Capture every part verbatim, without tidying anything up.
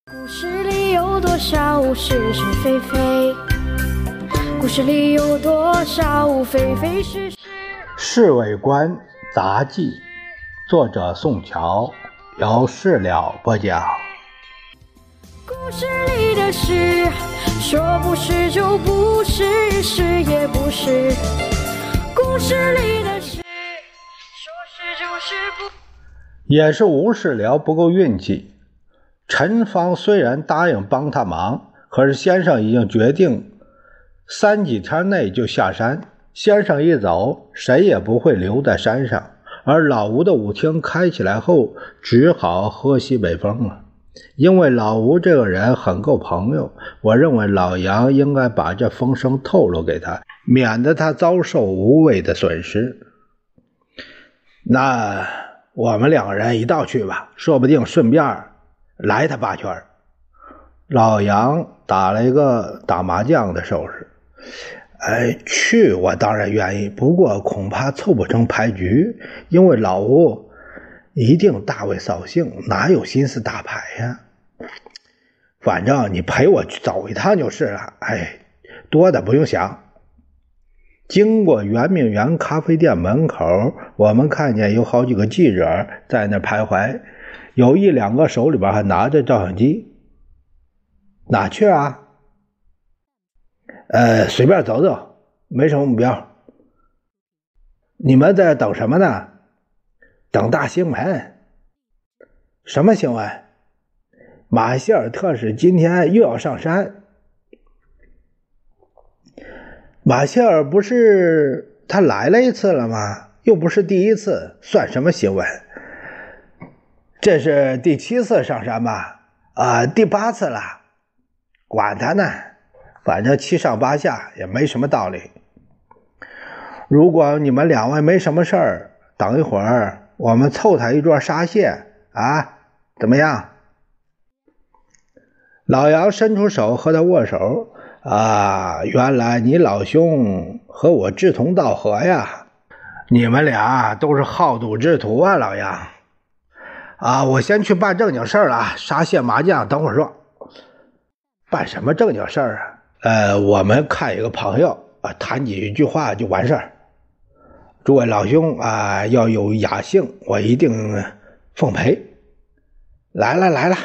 故事里有多少是是非非？故事里有多少非非是是？ 侍卫官杂记，作者宋乔，由事了播讲。 故事里的事，说不是就不是，是也不是。故事里的事，说是就是不。 也是吴事了不够运气。陈芳虽然答应帮他忙，可是先生已经决定三几天内就下山。先生一走，谁也不会留在山上，而老吴的舞厅开起来后，只好喝西北风了。因为老吴这个人很够朋友，我认为老杨应该把这风声透露给他，免得他遭受无谓的损失。那我们两个人一道去吧，说不定顺便来他八圈。老杨打了一个打麻将的手势。哎，去我当然愿意，不过恐怕凑不成牌局，因为老吴一定大为扫兴，哪有心思打牌呀？反正你陪我去走一趟就是了，哎，多的不用想。经过圆明园咖啡店门口，我们看见有好几个记者在那徘徊，有一两个手里边还拿着照相机。哪去啊？呃，随便走走，没什么目标。你们在等什么呢？等大新闻。什么新闻？马歇尔特使今天又要上山。马歇尔不是他来了一次了吗？又不是第一次，算什么新闻？这是第七次上山吧？啊、呃，第八次了。管他呢，反正七上八下也没什么道理。如果你们两位没什么事儿，等一会儿我们凑他一桌沙蟹啊，怎么样？老杨伸出手和他握手。啊，原来你老兄和我志同道合呀，你们俩都是好赌之徒啊，老杨。啊，我先去办正经事儿了，沙蟹麻将等会儿说。办什么正经事儿啊？呃，我们看一个朋友啊，谈几句话就完事儿。诸位老兄啊，要有雅兴，我一定奉陪。来了来了。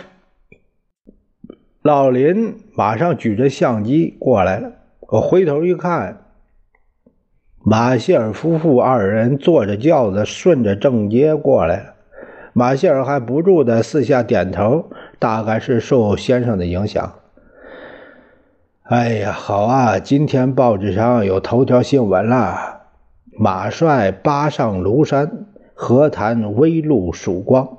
老林马上举着相机过来了，我回头一看，马歇尔夫妇二人坐着轿子顺着正街过来了。马歇尔还不住的四下点头，大概是受先生的影响。哎呀，好啊，今天报纸上有头条新闻了，马帅扒上庐山，何谈微露曙光。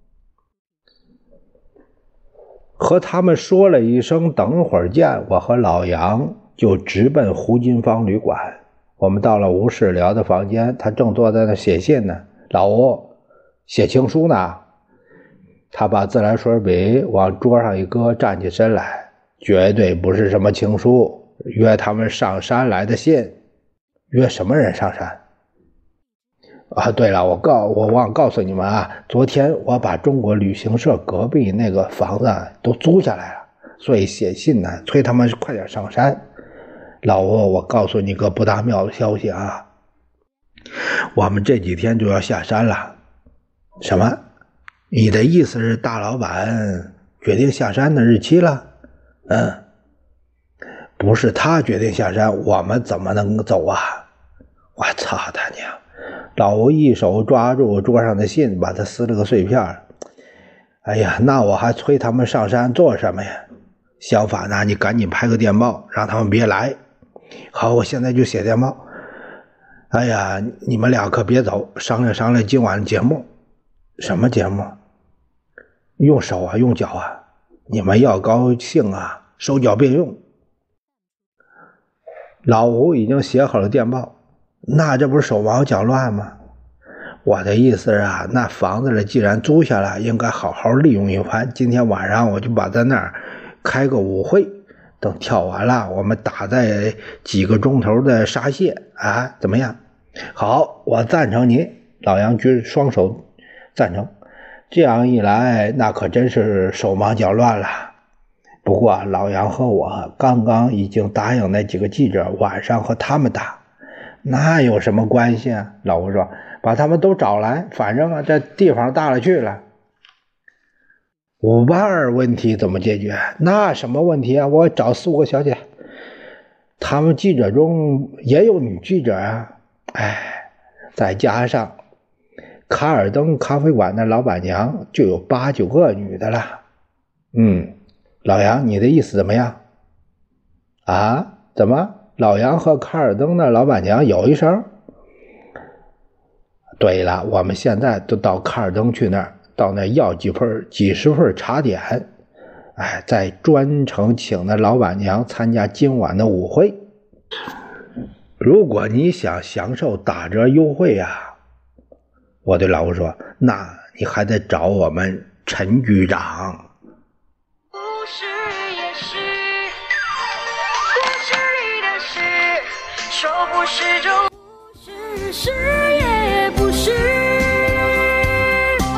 和他们说了一声等会儿见，我和老杨就直奔胡金芳旅馆。我们到了吴事了的房间，他正坐在那写信呢。老吴写情书呢。他把自来水笔往桌上一搁，站起身来，绝对不是什么情书，约他们上山来的信。约什么人上山？啊，对了，我告我忘告诉你们啊，昨天我把中国旅行社隔壁那个房子都租下来了，所以写信呢，催他们快点上山。老吴，我告诉你个不大妙的消息啊，我们这几天就要下山了。什么？你的意思是大老板决定下山的日期了？嗯，不是他决定下山，我们怎么能走啊？我操他娘！老吴一手抓住桌上的信，把它撕了个碎片。哎呀，那我还催他们上山做什么呀？相反呢，你赶紧拍个电报，让他们别来。好，我现在就写电报。哎呀，你们俩可别走，商量商量今晚的节目。什么节目？用手啊，用脚啊，你们要高兴啊，手脚并用。老吴已经写好了电报。那这不是手忙脚乱吗？我的意思啊，那房子既然租下来，应该好好利用一番。今天晚上我就把在那儿开个舞会，等跳完了，我们打在几个钟头的沙蟹啊，怎么样？好，我赞成您。老杨举双手赞成。这样一来，那可真是手忙脚乱了。 不过老杨和我刚刚已经答应那几个记者晚上和他们打，那有什么关系啊？老吴说，把他们都找来，反正啊这地方大了去了。五八二问题怎么解决？那什么问题啊？我找四五个小姐，他们记者中也有女记者啊。哎，再加上卡尔登咖啡馆的老板娘，就有八九个女的了。嗯，老杨，你的意思怎么样？啊？怎么？老杨和卡尔登的老板娘有一声？对了，我们现在就到卡尔登去那儿，到那儿要几份几十份茶点，哎，再专程请那老板娘参加今晚的舞会。如果你想享受打折优惠啊，我对老吴说，那你还得找我们陈局长。 故事也是，故事里的事，说不是就不是，是